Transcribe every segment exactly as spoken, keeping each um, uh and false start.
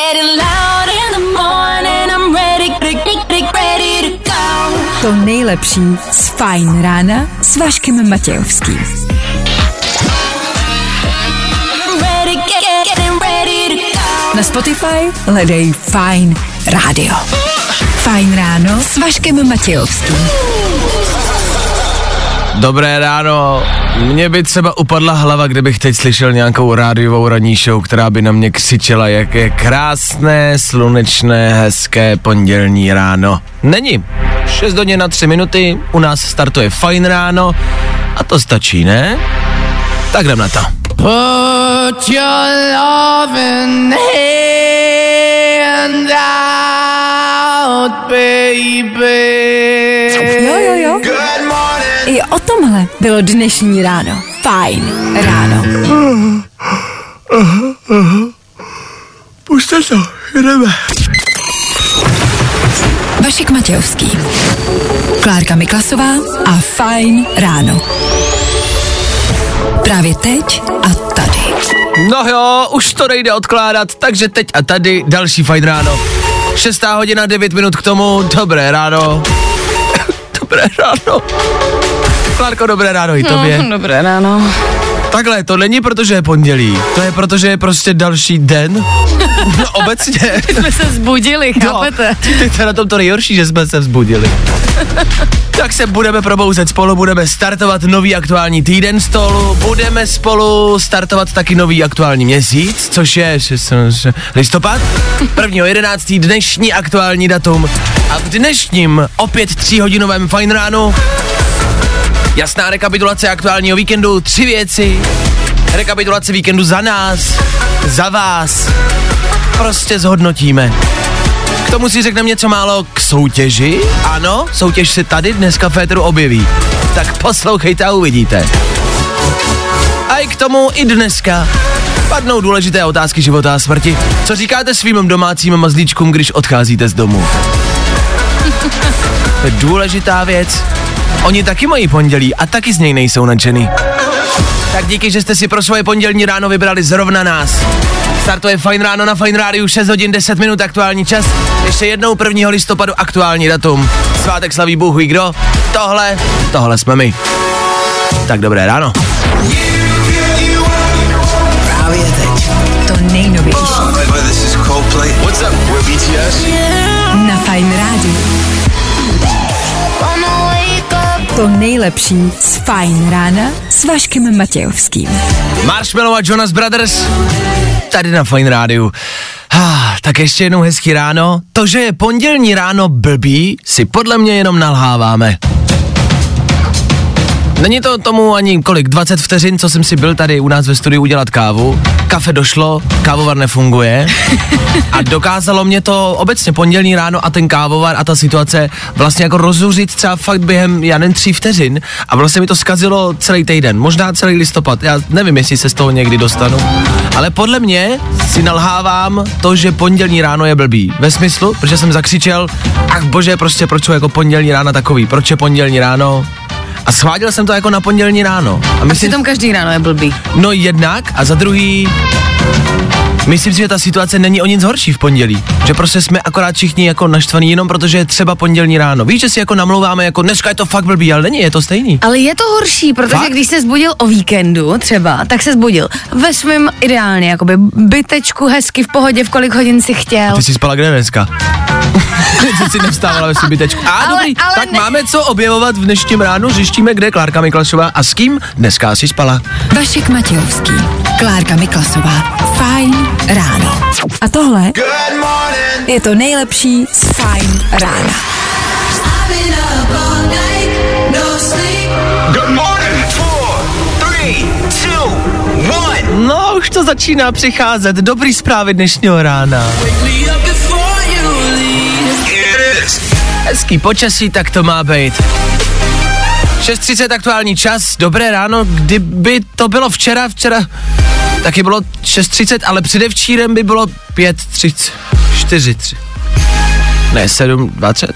To nejlepší z Fajn rána s Vaškem Matějovským. Na Spotify hledej Fajn rádio. Fajn ráno s Vaškem Matějovským. Dobré ráno. Mně by třeba upadla hlava, kdybych teď slyšel nějakou rádiovou ranní show, která by na mě křičela, jak je krásné, slunečné, hezké pondělní ráno. Není. šest hodin na tři minuty, u nás startuje Fajn ráno a to stačí, ne? Tak jdem na to. Put your loving hand out, baby. Jo, jo, jo. I o tomhle bylo dnešní ráno. Fajn ráno. Uh, uh, uh. Pušte to, jdeme. Vašek Matějovský, Klárka Miklasová a Fajn ráno. Právě teď a tady. No jo, už to nejde odkládat, takže teď a tady další Fajn ráno. Šestá hodina, devět minut k tomu, dobré ráno. Dobré ráno. Klárko, dobré ráno i tobě. No, dobré ráno. Takhle, to není protože je pondělí, to je protože je prostě další den. No obecně. Jsme se vzbudili, chápete? No, to je na tom to nejhorší, že jsme se vzbudili. Tak se budeme probouzet spolu, budeme startovat nový aktuální týden stolu, budeme spolu startovat taky nový aktuální měsíc, což je listopad, prvního jedenáctého dnešní aktuální datum. A v dnešním opět tříhodinovém Fajn ránu jasná rekapitulace aktuálního víkendu, tři věci, rekapitulace víkendu za nás, za vás, prostě zhodnotíme. K tomu si řekneme něco málo k soutěži, ano, soutěž se tady dneska v féteru objeví, tak poslouchejte a uvidíte. A i k tomu i dneska padnou důležité otázky života a smrti. Co říkáte svým domácím mazlíčkům, když odcházíte z domu? To je důležitá věc. Oni taky mají pondělí a taky z něj nejsou nadšený. Tak díky, že jste si pro svoje pondělní ráno vybrali zrovna nás. Startuje Fajn ráno na Fajn rádiu, šest hodin deset minut aktuální čas. Ještě jednou prvního listopadu aktuální datum. Svátek slaví Bůh ví kdo. Tohle, tohle jsme my. Tak dobré ráno. Právě teď. To nejnovější. Na Fajn rádiu. To nejlepší z Fajn rána s Vaškem Matějovským. Marshmello a Jonas Brothers tady na Fajn rádiu. Ah, tak ještě jednou hezký ráno. To, že je pondělní ráno blbý, si podle mě jenom nalháváme. Není to tomu ani kolik, dvacet vteřin, co jsem si byl tady u nás ve studiu udělat kávu. Kafe došlo, kávovar nefunguje a dokázalo mě to obecně pondělní ráno a ten kávovar a ta situace vlastně jako rozzuřit třeba fakt během, já nevím, tří vteřin a vlastně mi to zkazilo celý týden, možná celý listopad, já nevím, jestli se z toho někdy dostanu, ale podle mě si nalhávám to, že pondělní ráno je blbý, ve smyslu, protože jsem zakřičel, ach bože, prostě proč jsou jako pondělní rána takový, proč je pondělní ráno? A sváděl jsem to jako na pondělní ráno. A myslím, tam každý ráno je blbý. No jednak a za druhý, myslím si, že ta situace není o nic horší v pondělí. Že prostě jsme akorát všichni jako naštvaní jenom protože je třeba pondělní ráno. Víš, že si jako namlouváme, jako dneska je to fakt blbý, ale není, je to stejný. Ale je to horší, protože fakt? Když se zbudil o víkendu třeba, tak se zbudil ve svém ideálně, jakoby bytečku, hezky v pohodě, v kolik hodin si chtěl. A ty jsi spala kde dneska? Ty jsi nevstávala ve svém bytečku. A ale, dobrý, ale tak ne. Máme co objevovat v dnešním ránu, zjištíme, kde Klárka Miklasová a s kým dneska si spala. Vašek Matějovský, Klárka Miklasová, Fajn ráno. A tohle je to nejlepší z Fajn rána. Good morning. Four, three, two, one. No, už to začíná přicházet. Dobrý zprávy dnešního rána. Hezký počasí, tak to má být. šest třicet aktuální čas, dobré ráno, kdyby to bylo včera, včera taky bylo šest třicet, ale předevčírem by bylo pět třicet, čtyři tři, ne, sedm dvacet,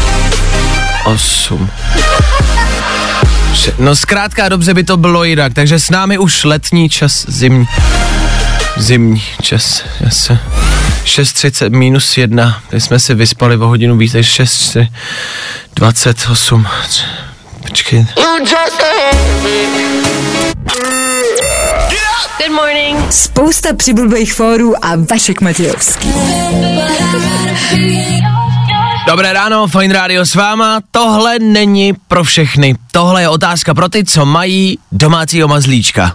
osm. No zkrátka dobře by to bylo jinak, takže s námi už letní čas, zimní, zimní čas, jasně. šest třicet minus jedna, teď jsme si vyspali o hodinu víc, takže šest dvacet osm. Počkej. Good morning. Spousta přibulbých fórů a Vašek Matějovský. Dobré ráno, Fajn rádio s váma. Tohle není pro všechny. Tohle je otázka pro ty, co mají domácího mazlíčka.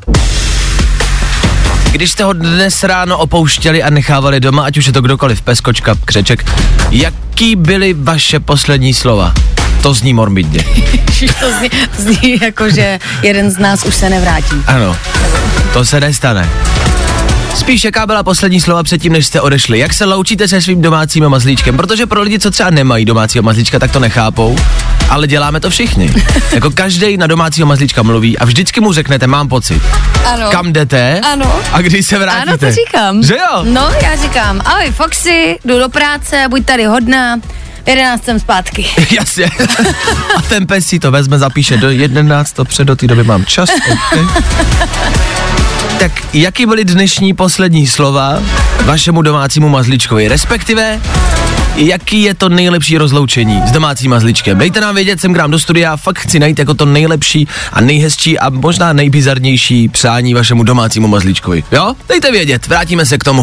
Když jste ho dnes ráno opouštěli a nechávali doma, ať už je to kdokoliv, pes, kočka, křeček, jaký byly vaše poslední slova? To zní morbidně. to zní, zní jako, že jeden z nás už se nevrátí. Ano, to se nestane. Spíš jaká byla poslední slova předtím, než jste odešli? Jak se loučíte se svým domácím mazlíčkem? Protože pro lidi, co třeba nemají domácího mazlíčka, tak to nechápou, ale děláme to všichni. Jako každej na domácího mazlíčka mluví a vždycky mu řeknete, mám pocit. Ano. Kam jdete? Ano. A když se vrátíte? Ano, to říkám. Že jo? No, já říkám, ahoj Foxy, jdu do práce, buď tady hodná, v jedenáct jsem zpátky. Jasně. A ten pes si to vezme, zapíše do jedenáct, před do té doby mám čas. Okay. Tak jaký byly dnešní poslední slova vašemu domácímu mazlíčkovi, respektive jaký je to nejlepší rozloučení s domácím mazlíčkem? Dejte nám vědět, sem k nám do studia, fakt chci najít jako to nejlepší a nejhezčí a možná nejbizarnější přání vašemu domácímu mazlíčkovi. Jo? Dejte vědět, vrátíme se k tomu.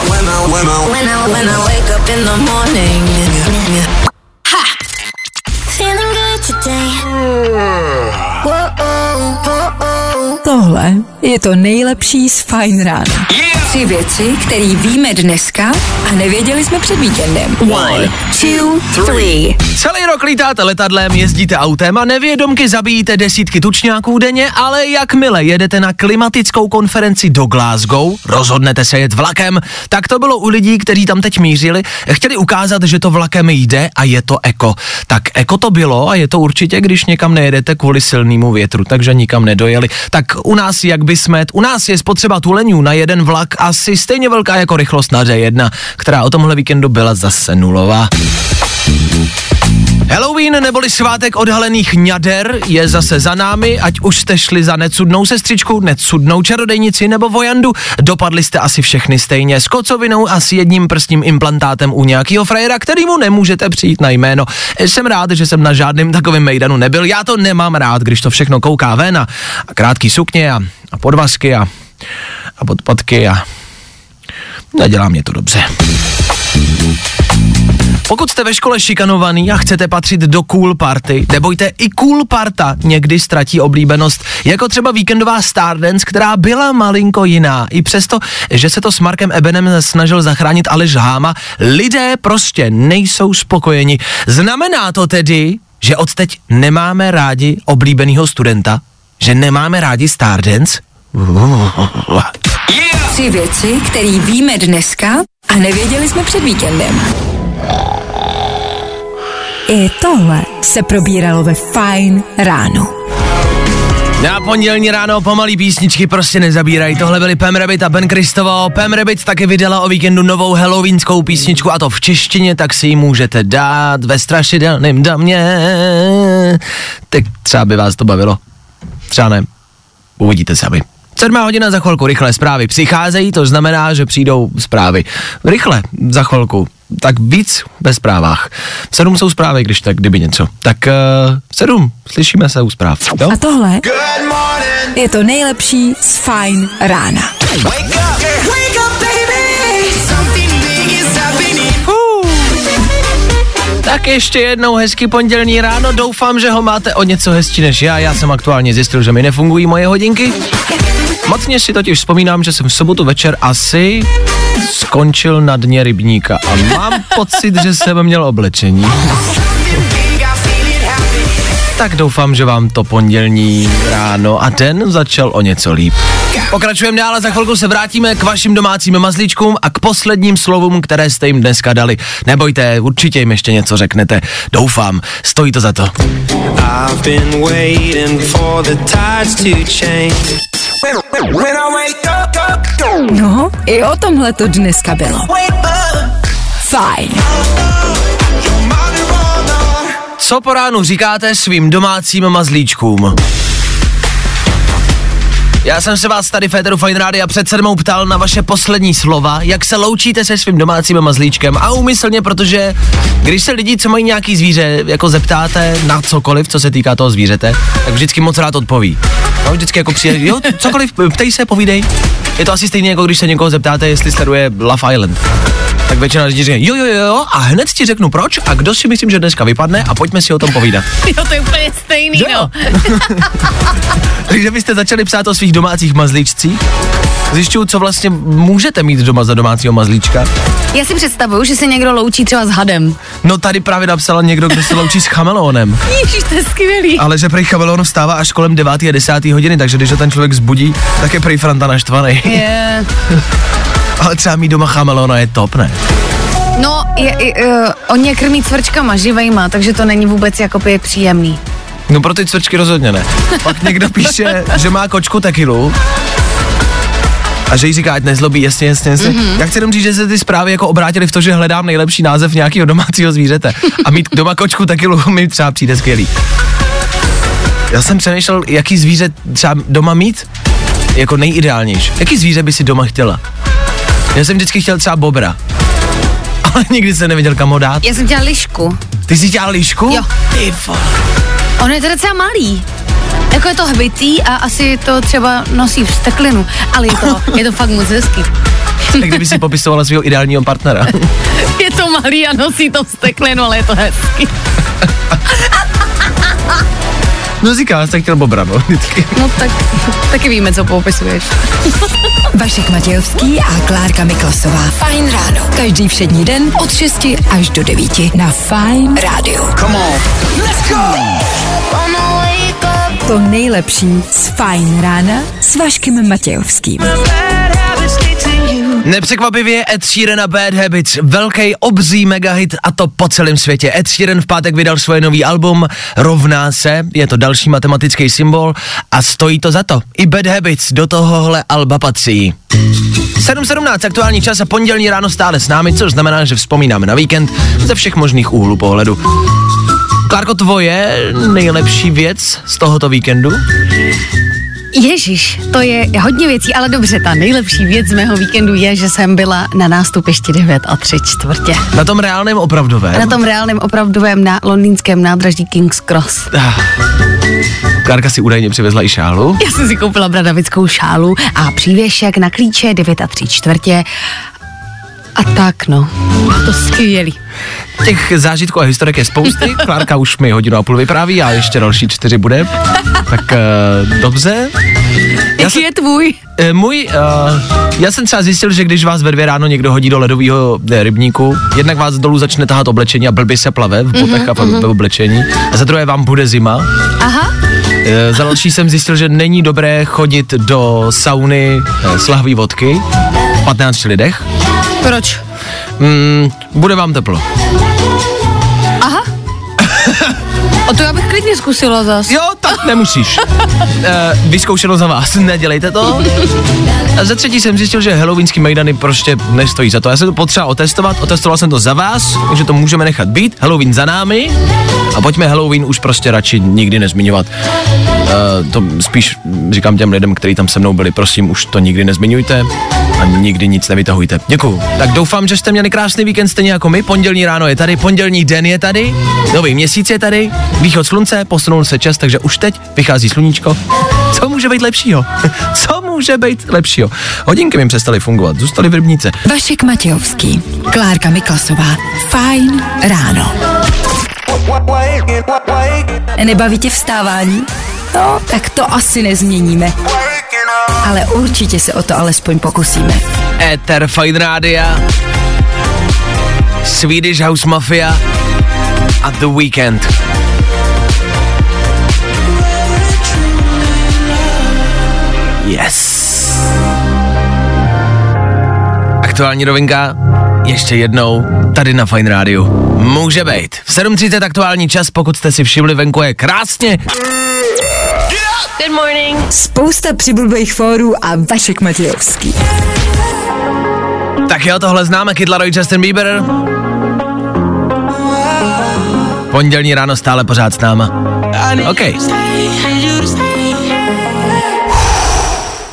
Tohle je to nejlepší z Fajn rána. Yeah! Tři věci, které víme dneska a nevěděli jsme před víkendem. One, two, three. Celý rok lítáte letadlem, jezdíte autem a nevědomky zabijíte desítky tučňáků denně, ale jakmile jedete na klimatickou konferenci do Glasgow, rozhodnete se jet vlakem, tak to bylo u lidí, kteří tam teď mířili, chtěli ukázat, že to vlakem jde a je to eko. Tak eko to bylo a je to určitě, když někam nejedete kvůli silnému větru, takže nikam nedojeli. Tak u nás, jak by smet, u nás je spotřeba tuleňů na jeden vlak asi stejně velká jako rychlost na D jedna, která o tomhle víkendu byla zase nulová. Halloween neboli svátek odhalených ňader je zase za námi, ať už jste šli za necudnou sestřičku, necudnou čarodejnici nebo vojandu, dopadli jste asi všechny stejně s kocovinou a s jedním prstním implantátem u nějakého frajera, kterýmu nemůžete přijít na jméno. Jsem rád, že jsem na žádném takovém mejdanu nebyl, já to nemám rád, když to všechno kouká ven a, a krátký sukně a, a podvazky a, a podpatky a nedělá mě to dobře. Pokud jste ve škole šikanovaný a chcete patřit do cool party, nebojte, i cool parta někdy ztratí oblíbenost, jako třeba víkendová Stardance, která byla malinko jiná. I přesto, že se to s Markem Ebenem snažil zachránit Aleš Háma, lidé prostě nejsou spokojeni. Znamená to tedy, že odteď nemáme rádi oblíbenýho studenta? Že nemáme rádi Stardance? Yeah! Tři věci, které víme dneska a nevěděli jsme před víkendem. I tohle se probíralo ve Fajn ráno. Na pondělní ráno pomalý písničky prostě nezabírají. Tohle byli Pam Rabbit a Ben Christovo. Pam Rabbit taky vydala o víkendu novou halloweenskou písničku a to v češtině, tak si ji můžete dát ve strašidelném domě. Tak třeba by vás to bavilo. Třeba ne. Uvidíte sami. Sedmá hodina za chvilku, rychlé zprávy přicházejí, to znamená, že přijdou zprávy. Rychle, za chvilku. Tak víc ve zprávách. Sedm jsou zprávy, když tak, kdyby něco. Tak uh, sedm, slyšíme se u zpráv. Jo? A tohle je to nejlepší z Fajn rána. Uh. Tak ještě jednou hezký pondělní ráno, doufám, že ho máte o něco hezčí než já. Já jsem aktuálně zjistil, že mi nefungují moje hodinky. Mocně si totiž vzpomínám, že jsem v sobotu večer asi skončil na dně rybníka a mám pocit, že jsem měl oblečení. Tak doufám, že vám to pondělní ráno a den začal o něco líp. Pokračujeme dál a za chvilku se vrátíme k vašim domácím mazlíčkům a k posledním slovům, které jste jim dneska dali. Nebojte, určitě jim ještě něco řeknete. Doufám, stojí to za to. No, i o tomhle to dneska bylo. Fajn. Co po ránu říkáte svým domácím mazlíčkům? Já jsem se vás tady v éteru Fajn Rádia před sedmou ptal na vaše poslední slova, jak se loučíte se svým domácím mazlíčkem a úmyslně, protože když se lidi, co mají nějaký zvíře, jako zeptáte na cokoliv, co se týká toho zvířete, tak vždycky moc rád odpoví. No, vždycky jako přijde, jo, cokoliv, ptej se, povídej. Je to asi stejně, jako když se někoho zeptáte, jestli sleduje Love Island. Tak většina lidí říká, jo, jo, jo, a hned ti řeknu proč a kdo si myslím, že dneska vypadne a pojďme si o tom povídat. Jo, to je úplně stejný, že no. Takže byste začali psát o svých domácích mazlíčcích. Zjišťuju, co vlastně můžete mít doma za domácího mazlíčka. Já si představuju, že se někdo loučí třeba s hadem. No tady právě napsala někdo, kdo se loučí s chameleonem. Ježiš, to je skvělý. Ale že prej chameleon vstává až kolem deváté a desáté hodiny, takže když ho ten člověk zbudí, tak je prej Franta naštvaný. Yeah. Ale třeba mít doma chameleona je top, ne? No, je, je, uh, on je krmí cvrčkama, živejma, takže to není vůbec jakoby příjemný. No pro ty cvrčky rozhodně ne. Pak někdo píše, že má kočku tekilu a že jí říká, ať nezlobí, jasně, jasně, jasně. Mm-hmm. Já chci jenom říct, že se ty zprávy jako obrátily v to, že hledám nejlepší název nějakého domácího zvířete. A mít doma kočku tekilu mi třeba přijde skvělý. Já jsem přemýšlel, jaký zvíře třeba doma mít, jako nejideálnější. Jaký zvíře by si doma chtěla? Já jsem vždycky chtěl třeba bobra. Ale nikdy jsem nevěděl, kam ho dát. Já jsem chtěla lišku. Ty jsi chtěla lišku? Jo. Ty vole. On je teda třeba malý. Jako je to hbitý a asi to třeba nosí v steklinu, ale je to, je to fakt moc hezký. Tak kdyby si popisovala svého ideálního partnera. Je to malý a nosí to v steklinu, ale je to hezký. No říká, já jsem chtěl bobra, no. Vždycky. No tak, taky víme, co popisuješ. Vašek Matějovský a Klárka Miklasová. Fajn ráno. Každý všední den od šesti až do devíti na Fajn rádiu. Come on. Let's go. To nejlepší z Fajn rána s Vaškem Matějovským. Nepřekvapivě Ed Sheeran a Bad Habits, velký obří megahit a to po celém světě. Ed Sheeran v pátek vydal svoje nový album, rovná se, je to další matematický symbol a stojí to za to. I Bad Habits do tohohle alba patří. sedm sedmnáct aktuální čas a pondělní ráno stále s námi, což znamená, že vzpomínáme na víkend ze všech možných úhlů pohledu. Klárko, tvoje nejlepší věc z tohoto víkendu? Ježíš, to je hodně věcí, ale dobře, ta nejlepší věc z mého víkendu je, že jsem byla na nástupišti devět a tři čtvrtě. Na tom reálném opravdovém? Na tom reálném opravdovém na londýnském nádraží King's Cross. Ah. Klárka si údajně přivezla i šálu. Já jsem si koupila bradavickou šálu a přívěšek na klíče devět a tři čtvrtě. A tak no, bylo to skvělý. Těch zážitků a historek je spousty. Klárka už mi hodinu a půl vypráví a ještě další čtyři bude. Tak uh, dobře. Jaký je tvůj? Uh, můj, uh, já jsem třeba zjistil, že když vás ve dvě ráno někdo hodí do ledového rybníku, jednak vás dolů začne tahat oblečení a blbě se plave v botech mm-hmm, a v mm-hmm. oblečení. A za druhé vám bude zima. Aha. Uh, za další jsem zjistil, že není dobré chodit do sauny uh, s lahví vodky v patnácti lidech. Proč? Mm, bude vám teplo. Aha. A to já bych klidně zkusila zas. Jo, tak nemusíš. e, vyzkoušeno za vás, nedělejte to. A za třetí jsem zjistil, že halloweenský mejdany prostě nestojí za to. Já jsem to potřeba otestovat, otestoval jsem to za vás, takže to můžeme nechat být. Halloween za námi a pojďme Halloween už prostě radši nikdy nezmiňovat. E, to spíš říkám těm lidem, kteří tam se mnou byli, prosím, už to nikdy nezmiňujte a nikdy nic nevytahujte. Děkuju. Tak doufám, že jste měli krásný víkend stejně jako my. Pondělní ráno je tady, pondělní den je tady, nový měsíc je tady, východ slunce, posunul se čas, takže už teď vychází sluníčko. Co může být lepšího? Co může být lepšího? Hodinky mi přestaly fungovat, zůstaly v rybníce. Vašek Matějovský, Klárka Miklasová, Fajn ráno. Nebaví tě vstávání? No, tak to asi nezměníme. Ale určitě se o to alespoň pokusíme. Éter Fajn Rádia, Swedish House Mafia a The Weekend. Yes. Aktuální novinka, ještě jednou, tady na Fajn Rádiu. Může být. V sedm třicet aktuální čas, pokud jste si všimli, venku je krásně. Good morning. Spousta přibulbých fórů a Vašek Matějovský. Tak jo, tohle známe, Kid Laroi, Justin Bieber. Pondělní ráno stále pořád s náma. OK.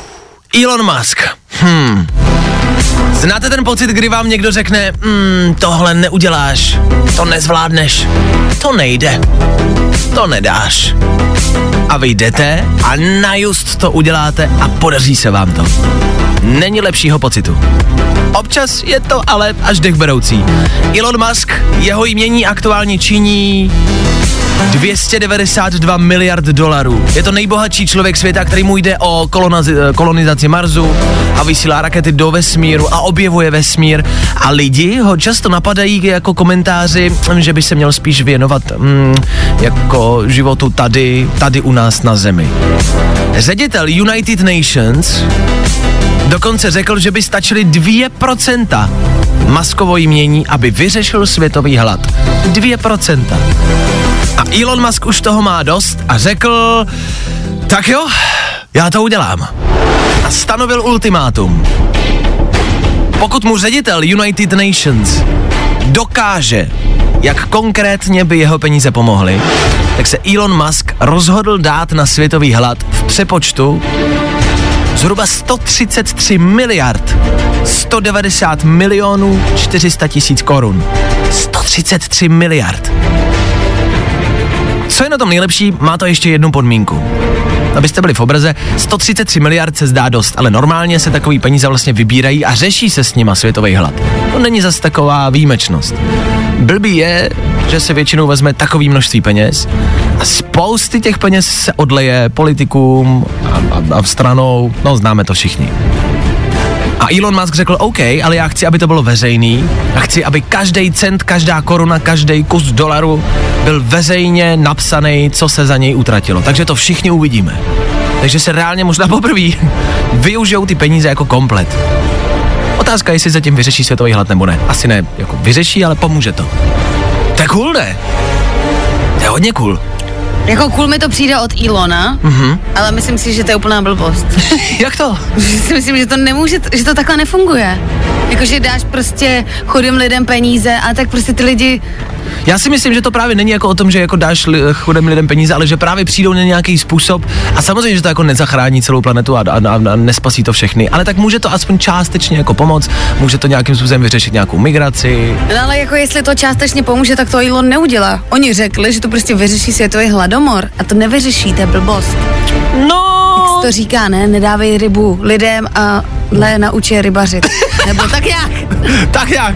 Elon Musk. Hmm. Znáte ten pocit, kdy vám někdo řekne, mm, tohle neuděláš, to nezvládneš, to nejde, to nedáš. A vy jdete a najust to uděláte a podaří se vám to. Není lepšího pocitu. Občas je to ale až dechberoucí. Elon Musk, jeho jmění aktuálně činí dvě stě devadesát dva miliard dolarů. Je to nejbohatší člověk světa, který mu jde o kolonizaci, kolonizaci Marsu a vysílá rakety do vesmíru a objevuje vesmír. A lidi ho často napadají jako komentáři, že by se měl spíš věnovat mm, jako životu tady, tady u nás na Zemi. Ředitel United Nations dokonce řekl, že by stačily dvě procenta Muskovo jmění, aby vyřešil světový hlad. dvě procenta. A Elon Musk už toho má dost a řekl, tak jo, já to udělám. A stanovil ultimátum. Pokud mu ředitel United Nations dokáže, jak konkrétně by jeho peníze pomohly, tak se Elon Musk rozhodl dát na světový hlad v přepočtu zhruba sto třicet tři miliard sto devadesát milionů čtyři sta tisíc korun. sto třicet tři miliard. Co je na tom nejlepší, má to ještě jednu podmínku. Abyste byli v obraze, sto třicet tři miliard se zdá dost, ale normálně se takový peníze vlastně vybírají a řeší se s nima světový hlad. To není zas taková výjimečnost. Blbý je, že se většinou vezme takový množství peněz a spousty těch peněz se odleje politikům a, a, a stranou, no známe to všichni. A Elon Musk řekl, OK, ale já chci, aby to bylo veřejný a chci, aby každý cent, každá koruna, každý kus dolaru byl veřejně napsaný, co se za něj utratilo. Takže to všichni uvidíme. Takže se reálně možná poprvé využijou ty peníze jako komplet. Otázka je, jestli se tím vyřeší světový hlad nebo ne. Asi ne, jako vyřeší, ale pomůže to. To je cool, ne? To je hodně cool. Jako cool mi to přijde od Elona, mm-hmm. ale myslím si, že to je úplná blbost. Jak to? si myslím, že to nemůže, že to takhle nefunguje. Jakože dáš prostě chudým lidem peníze a tak prostě ty lidi... Já si myslím, že to právě není jako o tom, že jako dáš li, chudým lidem peníze, ale že právě přijdou na nějaký způsob a samozřejmě, že to jako nezachrání celou planetu a, a, a, a nespasí to všechny, ale tak může to aspoň částečně jako pomoct, může to nějakým způsobem vyřešit nějakou migraci. No ale jako jestli to částečně pomůže, tak to Elon neudělá. Oni řekli, že to prostě vyřeší světový hladomor a to nevyřeší, to je blbost. No. Jak to říká, ne? Nedávej rybu lidem a le naučí rybařit. Nebo tak jak? tak jak?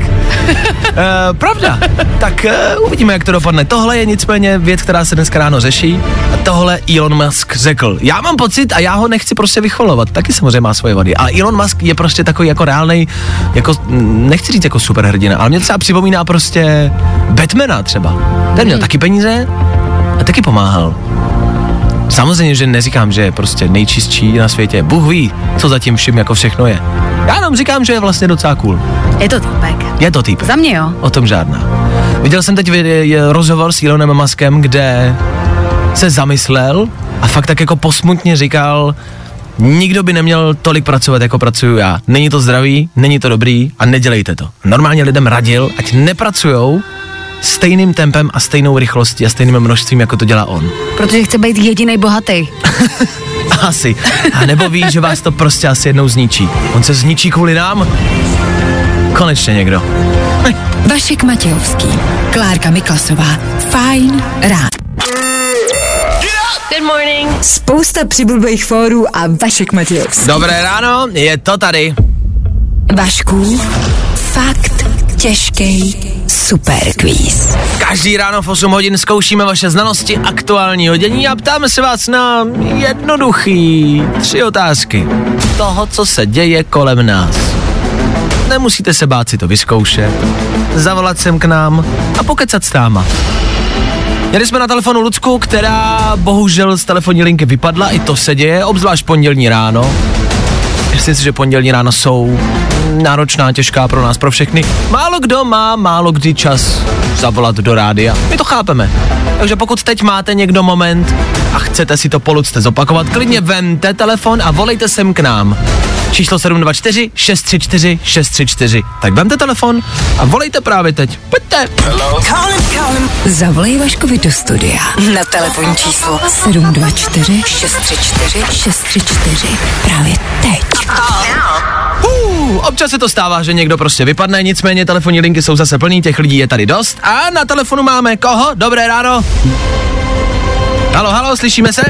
e, pravda. Tak e, uvidíme, jak to dopadne. Tohle je nicméně věc, která se dneska ráno řeší a tohle Elon Musk řekl. Já mám pocit a já ho nechci prostě vychvalovat, taky samozřejmě má svoje vady, ale Elon Musk je prostě takový jako reálnej, jako, nechci říct jako superhrdina, ale mě třeba připomíná prostě Batmana třeba. Ten měl hmm. taky peníze a taky pomáhal. Samozřejmě, že neříkám, že je prostě nejčistší na světě. Bůh ví, co zatím vším jako všechno je. Já jenom říkám, že je vlastně docela cool. Je to týpek. Je to týpek. Za mě jo. O tom žádná. Viděl jsem teď rozhovor s Elonem Muskem, kde se zamyslel a fakt tak jako posmutně říkal, nikdo by neměl tolik pracovat, jako pracuju já. Není to zdravý, není to dobrý a nedělejte to. Normálně lidem radil, ať nepracujou stejným tempem a stejnou rychlostí a stejným množstvím, jako to dělá on. Protože chce být jedinej bohatý. Asi. A nebo ví, že vás to prostě asi jednou zničí. On se zničí kvůli nám? Konečně někdo. Vašek Matějovský, Klárka Miklasová, Fajn ráno. Good morning. Spousta přibulbých fórů a Vašek Matějovský. Dobré ráno, je to tady. Vašku, fakt těžký superquiz. Každý ráno v osm hodin zkoušíme vaše znalosti aktuálního dění a ptáme se vás na jednoduchý tři otázky toho, co se děje kolem nás. Nemusíte se bát si to vyzkoušet, zavolat sem k nám a pokecat s náma. Měli jsme na telefonu Lucku, která bohužel z telefonní linky vypadla, i to se děje, obzvlášť pondělní ráno. Myslím si, že pondělní ráno jsou náročná, těžká pro nás, pro všechny. Málo kdo má málo kdy čas zavolat do rádia. My to chápeme. Takže pokud teď máte někdo moment a chcete si to po Lucce zopakovat, klidně vemte telefon a volejte sem k nám. Číslo sedm dva čtyři šest tři čtyři šest tři čtyři. Tak vemte telefon a volejte právě teď. Pojďte. Zavolej Vaškovi do studia na telefonní číslo sedm dva čtyři šest tři čtyři šest tři čtyři. Právě teď. Uh, občas se to stává, že někdo prostě vypadne, nicméně telefonní linky jsou zase plný, těch lidí je tady dost. A na telefonu máme koho? Dobré ráno. Halo, halo, slyšíme se?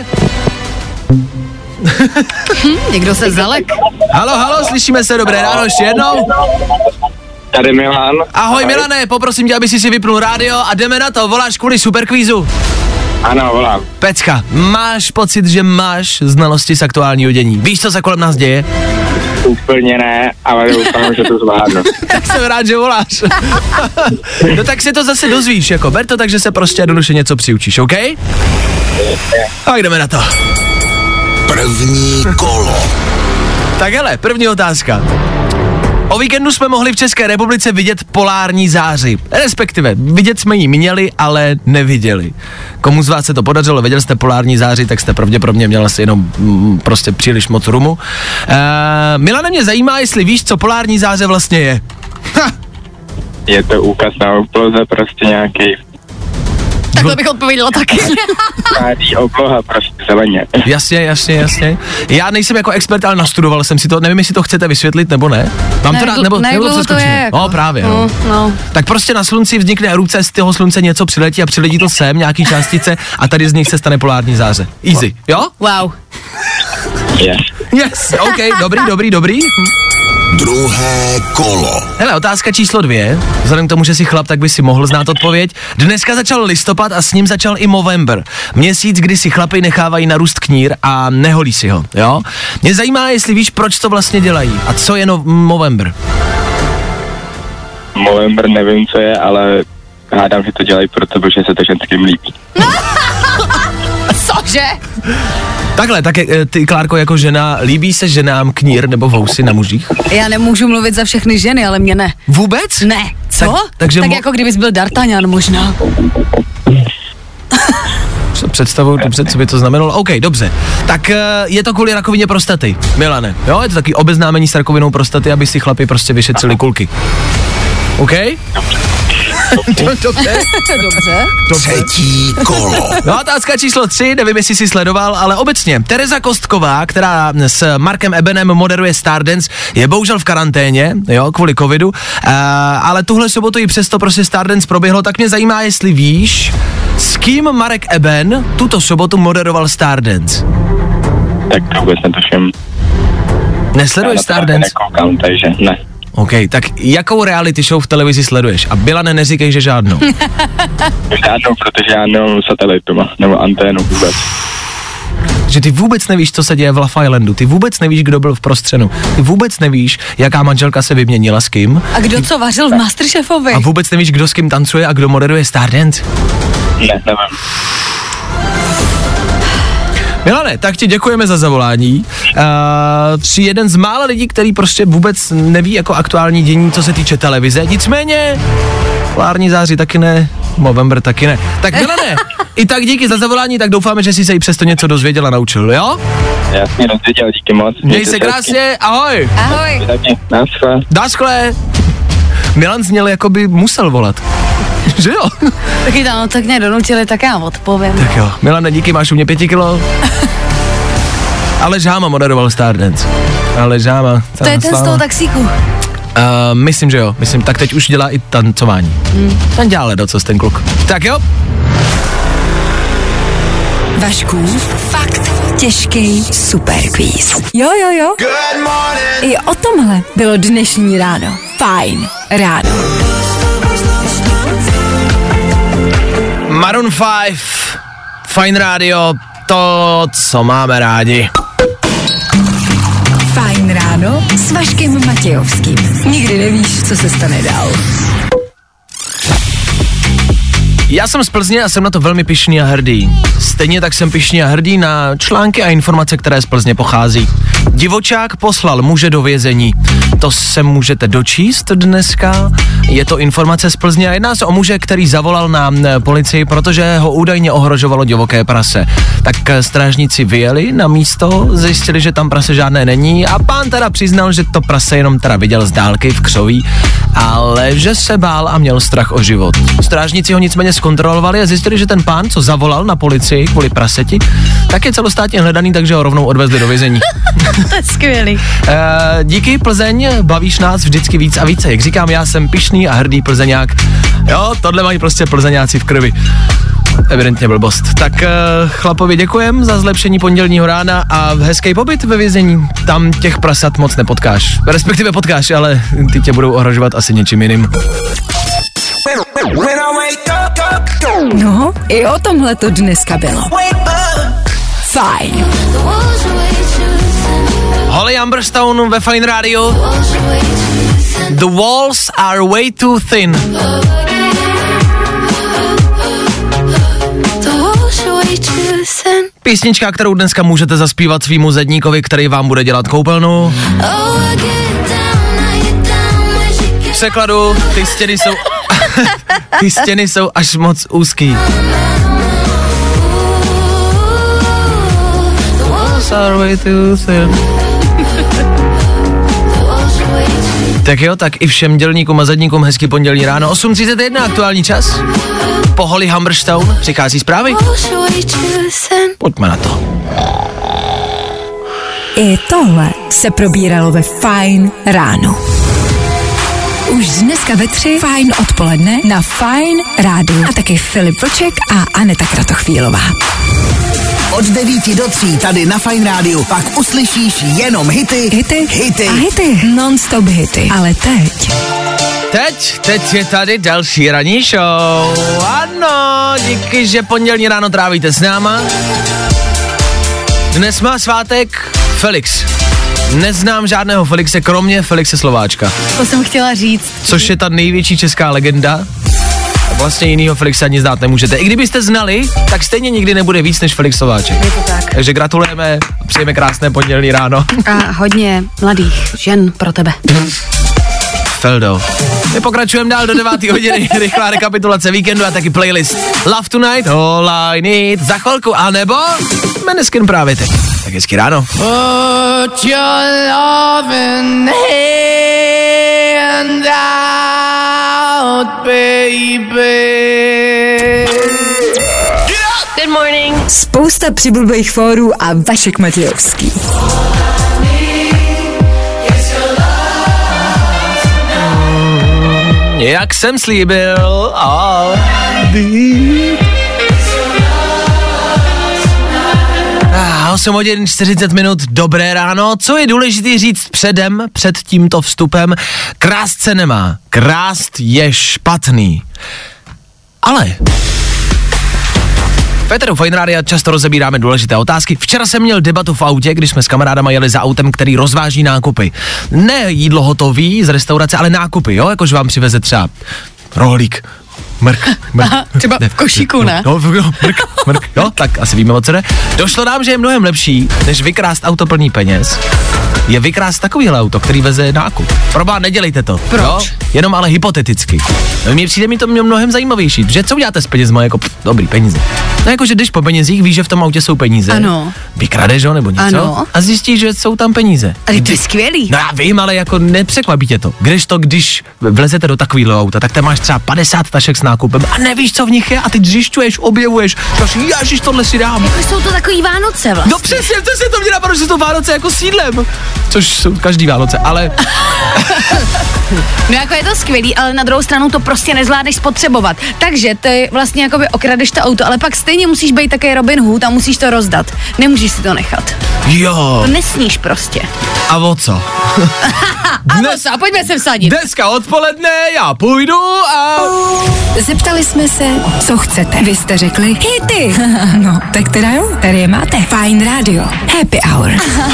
Hm, někdo se zalek. Halo, halo, slyšíme se, dobré ráno, ještě jednou. Tady Milan. Ahoj Milane, poprosím tě, aby si si vypnul rádio a jdeme na to, voláš kvůli superkvízu? Ano, volám. Pecka, máš pocit, že máš znalosti z aktuálního dění? Víš, co se kolem nás děje? Úplně ne, ale doufám, že to zvládnu. Tak jsem rád, že voláš. No tak si to zase dozvíš, jako ber to tak, že se prostě jednoduše něco přiučíš, OK? Tak jdeme na to. První kolo. Tak hele, první otázka. O víkendu jsme mohli v České republice vidět polární záři. Respektive, vidět jsme ji měli, ale neviděli. Komu z vás se to podařilo, viděl jste polární záři, tak jste pravděpodobně měl asi jenom mm, prostě příliš moc rumu. Uh, Milane, mě zajímá, jestli víš, co polární záře vlastně je. Ha. Je to úkaz na obloze, prostě nějaký Takhle bych odpověděla taky. stádí obloha, prostě zeleně. Jasně, jasně, jasně. Já nejsem jako expert, ale nastudoval jsem si to, nevím, jestli to chcete vysvětlit, nebo ne. Mám Ne, to dát, dl- nebo, ne, nebo dlouho to je jako. No právě, no. No, no. Tak prostě na slunci vznikne erupce, z toho slunce něco přiletí a přiletí to sem, nějaký částice a tady z nich se stane polární záře. Easy, jo? Wow. Yes. Yes, OK, dobrý, dobrý, dobrý. Druhé kolo. Hele, otázka číslo dvě. Vzhledem k tomu, že jsi chlap, tak by si mohl znát odpověď. Dneska začal listopad a s ním začal i Movember. Měsíc, kdy si chlapi nechávají narůst knír a neholí si ho, jo? Mě zajímá, jestli víš, proč to vlastně dělají a co je no- Movember. Movember nevím, co je, ale hádám, že to dělají proto, protože se to ženským líbí. Cože? Takhle, tak je, ty, Klárko, jako žena, líbí se ženám knír nebo vousy na mužích? Já nemůžu mluvit za všechny ženy, ale mě ne. Vůbec? Ne. Co? Tak, takže tak mo- jako kdybys byl D'Artagnan možná. Představuju dobře, co by to znamenalo. OK, dobře. Tak je to kvůli rakovině prostaty, Milane. Jo, je to taky obeznámení s rakovinou prostaty, aby si chlapi prostě vyšetřili kulky. OK? Dobře. Dobře. Dobře. Třetí kolo. No, otázka číslo tři, nevím, jestli jsi sledoval, ale obecně. Tereza Kostková, která s Markem Ebenem moderuje Stardance, je bohužel v karanténě, jo, kvůli covidu, uh, ale tuhle sobotu i přesto prostě Stardance proběhlo, tak mě zajímá, jestli víš, s kým Marek Eben tuto sobotu moderoval Stardance. Tak to vůbec netuším. Nesleduješ Já na to Stardance? nekoukám, takže ne. OK, tak jakou reality show v televizi sleduješ? A byla neříkej, že žádnou. Žádnou, protože já nemám satelitu, ma, nebo anténu vůbec. Že ty vůbec nevíš, co se děje v Love Islandu, ty vůbec nevíš, kdo byl v prostřenu, ty vůbec nevíš, jaká manželka se vyměnila s kým. A kdo co vařil v Masterchefovi? A vůbec nevíš, kdo s kým tancuje a kdo moderuje Stardance. Ne, nevím. Milane, tak ti děkujeme za zavolání. Uh, tři jeden z mála lidí, který prostě vůbec neví jako aktuální dění, co se týče televize. Nicméně, polární září taky ne, Movember taky ne. Tak Milane, i tak díky za zavolání, tak doufáme, že jsi se i přesto něco dozvěděl a naučil, jo? Jasně, dozvěděl, díky moc. Měj se krásně, ahoj. Ahoj. Taky, naschle. Naschle. Milan zněl, jako by musel volat. Že jo? Taky tam, no, tak mě donutili, tak já odpovím. Tak jo, Milane, díky, máš u mě pěti kilo. Ale Žáma moderoval Stardance. Ale Žáma. To je ten z toho taxíku. Uh, myslím, že jo. Myslím, tak teď už dělá i tancování. Hmm. Ten dělá ledacos, ten kluk. Tak jo. Vašku, fakt těžký superkvíz. Jo, jo, jo. I o tomhle bylo dnešní ráno. Fajn ráno. Maroon pět, Fajn rádio, to, co máme rádi. Fajn ráno s Vaškem Matějovským. Nikdy nevíš, co se stane dál. Já jsem z Plzně a jsem na to velmi pyšný a hrdý. Stejně tak jsem pyšný a hrdý na články a informace, které z Plzně pochází. Divočák poslal muže do vězení. To se můžete dočíst dneska. Je to informace z Plzně a jedná se o muže, který zavolal na policii, protože ho údajně ohrožovalo divoké prase. Tak strážníci vyjeli na místo, zjistili, že tam prase žádné není a pán teda přiznal, že to prase jenom teda viděl z dálky v křoví, ale že se bál a měl strach o život. Strážníci ho nicméně zkontrolovali a zjistili, že ten pán, co zavolal na policii kvůli praseti, tak je celostátně hledaný, takže ho rovnou odvezli do vězení. To je skvělý. E, díky Plzeň, bavíš nás vždycky víc a více. Jak říkám, já jsem pyšný a hrdý plzeňák. Jo, tohle mají prostě plzeňáci v krvi. Evidentně blbost. Tak uh, chlapovi děkujem za zlepšení pondělního rána a hezký pobyt ve vězení. Tam těch prasat moc nepotkáš. Respektive potkáš, ale ty tě budou ohrožovat asi něčím jiným. No, i o tomhle to dneska bylo. Fajn. Holly Humberstone ve Fajn rádiu. The walls are way too thin. Písnička, kterou dneska můžete zaspívat svýmu zedníkovi, který vám bude dělat koupelnu. V překladu, ty stěny jsou... ty stěny jsou až moc úzký. Tak jo, tak i všem dělníkům a zadníkům hezký pondělí ráno. osm třicet jedna aktuální čas. Po Holly Humberstone přichází zprávy. Pojďme na to. I tohle se probíralo ve Fajn ráno. Už dneska ve tři Fajn odpoledne na Fajn rádiu. A taky Filip Vlček a Aneta Kratochvílová. Od devíti do tří tady na Fajn rádiu pak uslyšíš jenom hity, Hity, hity a hity, non-stop hity. Ale teď... Teď, teď je tady další ranní show. Ano, díky, že pondělní ráno trávíte s náma. Dnes má svátek Felix. Neznám žádného Felixe, kromě Felixe Slováčka. To jsem chtěla říct. Což je ta největší česká legenda. Vlastně jinýho Felixe ani znát nemůžete. I kdybyste znali, tak stejně nikdy nebude víc než Felix Slováček. Je to tak. Takže gratulujeme a přejeme krásné pondělní ráno. A hodně mladých žen pro tebe. Feldo. My pokračujeme dál do deváté hodiny. Rychlá rekapitulace víkendu a taky playlist Love Tonight, All I Need za chvilku, anebo Maneskin právě teď. Tak hezky ráno. Put your loving hand out, baby. Good morning. Spousta přibulbých fórů a Vašek Matějovský. Jak jsem slíbil, oh, ah, osm hodin čtyřicet minut, dobré ráno. Co je důležité říct předem, před tímto vstupem? Krást se nemá, krást je špatný. Ale... Petru Fajn rádia často rozebíráme důležité otázky. Včera jsem měl debatu v autě, když jsme s kamarádama jeli za autem, který rozváží nákupy. Ne jídlo hotový z restaurace, ale nákupy, jo, jakož vám přiveze třeba rohlík, mrk, mrk. Aha, třeba v košíku, ne? No, no, mrk, mrk, jo, tak asi víme, o co jde. Došlo nám, že je mnohem lepší, než vykrást auto plný peněz, je vykrást takovýhle auto, který veze nákup. Probá, nedělejte to. Proč? Jo? Jenom ale hypoteticky. Mně přijde mi to mnohem zajímavější, že co uděláte s penězma, jako pff, dobrý peníze. No jako, že jdeš po penězích, víš, že v tom autě jsou peníze. Ano. Vykradeš ho nebo něco Ano. a zjistíš, že jsou tam peníze. Ale to je skvělý. No já vím, ale jako nepřekvapí tě to. Když to, když vlezete do takového auta, tak tam máš třeba padesát tašek s nákupem a nevíš, co v nich je a ty dřišťuješ, objevuješ, říkáš, ježiš, tohle si dám. Jako jsou to takový Vánoce vlastně. No přesně, to se to mě napadlo, že jsou to Vánoce jako sídlem. Což jsou každý Vánoce, ale... No jako je to skvělý, ale na druhou stranu to prostě nezvládneš spotřebovat. Takže ty vlastně jakoby okradeš to auto, ale pak stejně musíš být také Robin Hood a musíš to rozdat. Nemůžeš si to nechat. Jo. To nesníš prostě. A o co? A Dnes, a pojďme se vsadit. Dneska odpoledne já půjdu a... Zeptali jsme se, co chcete. Vy jste řekli hity. No, tak teda jo, tady je máte. Fajn rádio. Happy hour.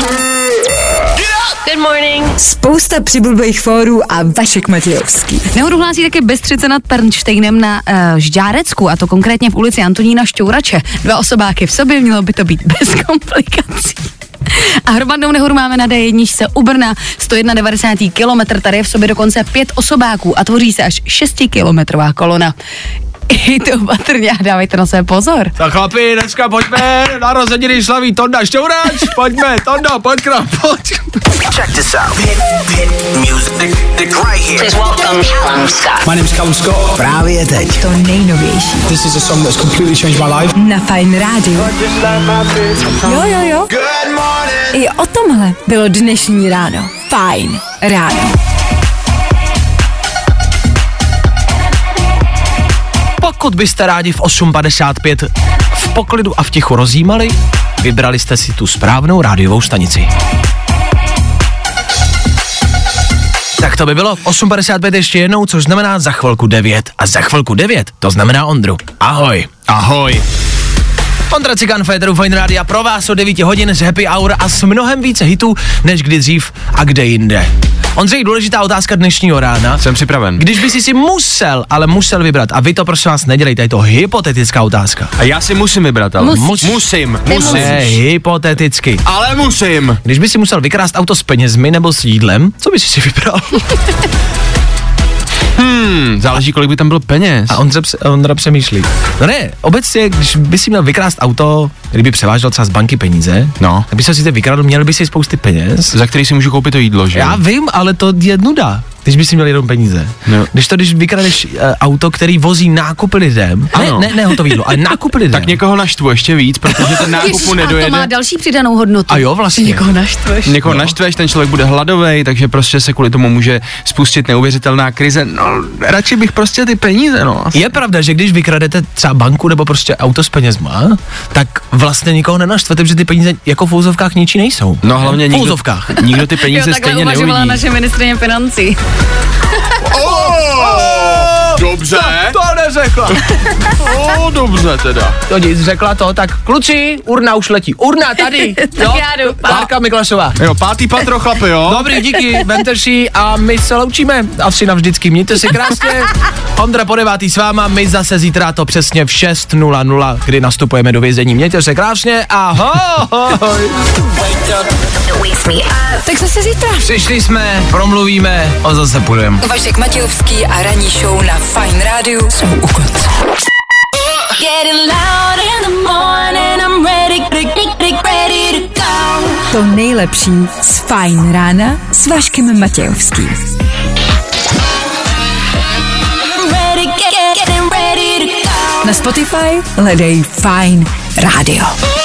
Good morning. Spousta přibulbých fórů a Vašek Matějovský. Nehodu hlásí také Bystřice nad Pernštejnem na uh, Žďárecku, a to konkrétně v ulici Antonína Šťourače. Dva osobáky v sobě, mělo by to být bez komplikací. A hromadnou nehodu máme na dé jedna u Brna, sto devadesát jedna kilometr, tady je v sobě dokonce pět osobáků a tvoří se až šestikilometrová kolona. i to opatrně a dávejte na sebe pozor. Tak chlapi, dneska pojďme, narozeniny slaví Tonda Šťourač, pojďme, Tondo, pojď k nám, pojď. Check this out. Hit, hit music right here. Please welcome Callum Scott. My name's Callum Scott. Právě teď. To nejnovější. This is a song that's completely changed my life. Na Fajn rádiu. Jo, jo, jo. I o tomhle bylo dnešní ráno. Fajn ráno. Pokud byste rádi v osm padesát pět v poklidu a v tichu rozjímali, vybrali jste si tu správnou rádiovou stanici. Tak to by bylo osm padesát pět ještě jednou, což znamená za chvilku devět. A za chvilku devět, to znamená Ondru. Ahoj. Ahoj. Ondra Cikán, Féteru Fajn Rádia pro vás o devět hodin z Happy Hour a s mnohem více hitů, než kdy dřív a kde jinde. Ondřej, důležitá otázka dnešního rána. Jsem připraven. Když by si si musel, ale musel vybrat, a vy to prosím vás nedělejte, je to hypotetická otázka. A já si musím vybrat, ale. Musíš. Musím, Ty musím. Ne, hypoteticky. Ale musím. Když by si musel vykrást auto s penězmi nebo s jídlem, co bys si vybral? Hmm, záleží, kolik by tam bylo peněz. A Ondra, Ondra přemýšlí. No ne, obecně, když by si měl vykrást auto, kdyby převážel třeba z banky peníze, No. tak by se si to vykradl, měl by si spousty peněz. Za který si můžu koupit to jídlo, že? Já vím, ale to je nuda, když by si měl jenom peníze. No. Když to, když vykradeš uh, auto, který vozí nákupy lidem, Ano. ne, ne, ne hotový jídlo, ale nákupy lidem. Tak někoho naštvu ještě víc, protože ten nákup mu A to nedojede. má další přidanou hodnotu. A jo, vlastně. Někoho naštveš. Někoho naštveš, ten člověk bude hladovej, takže prostě se kvůli tomu může spustit neuvěřitelná krize. No, radši bych prostě ty peníze, no. Je pravda, že když vykradete třeba banku nebo prostě auto s penězma, tak vlastně nikoho nenashtvete, protože ty peníze jako v úzovkách ničí nejsou. No hlavně v nikdo, úzovkách. nikdo ty peníze Jo, takhle stejně uvažovala neuvidí. naše ministryně financí. Dobře. To neřekla. O, dobře teda. To nic, řekla to, tak kluci, urna už letí. Urna tady. Tak já jdu. Párka Miklasová. Jo, pátý patro, chlapi, jo? Dobrý, díky, vemte si a my se loučíme. Asi navždycky, mějte se krásně. Ondra po devátý s váma, my zase zítra to přesně v šest nula nula, kdy nastupujeme do vězení. Mějte se krásně, ahoj. Tak zase zítra. Přišli jsme, promluvíme a zase půjdeme. Vašek Matějovský a ranní show na Fajn rádiu jsou u konce. To nejlepší z Fajn rána s Vaškem Matějovským. Na Spotify hledej Fajn rádio.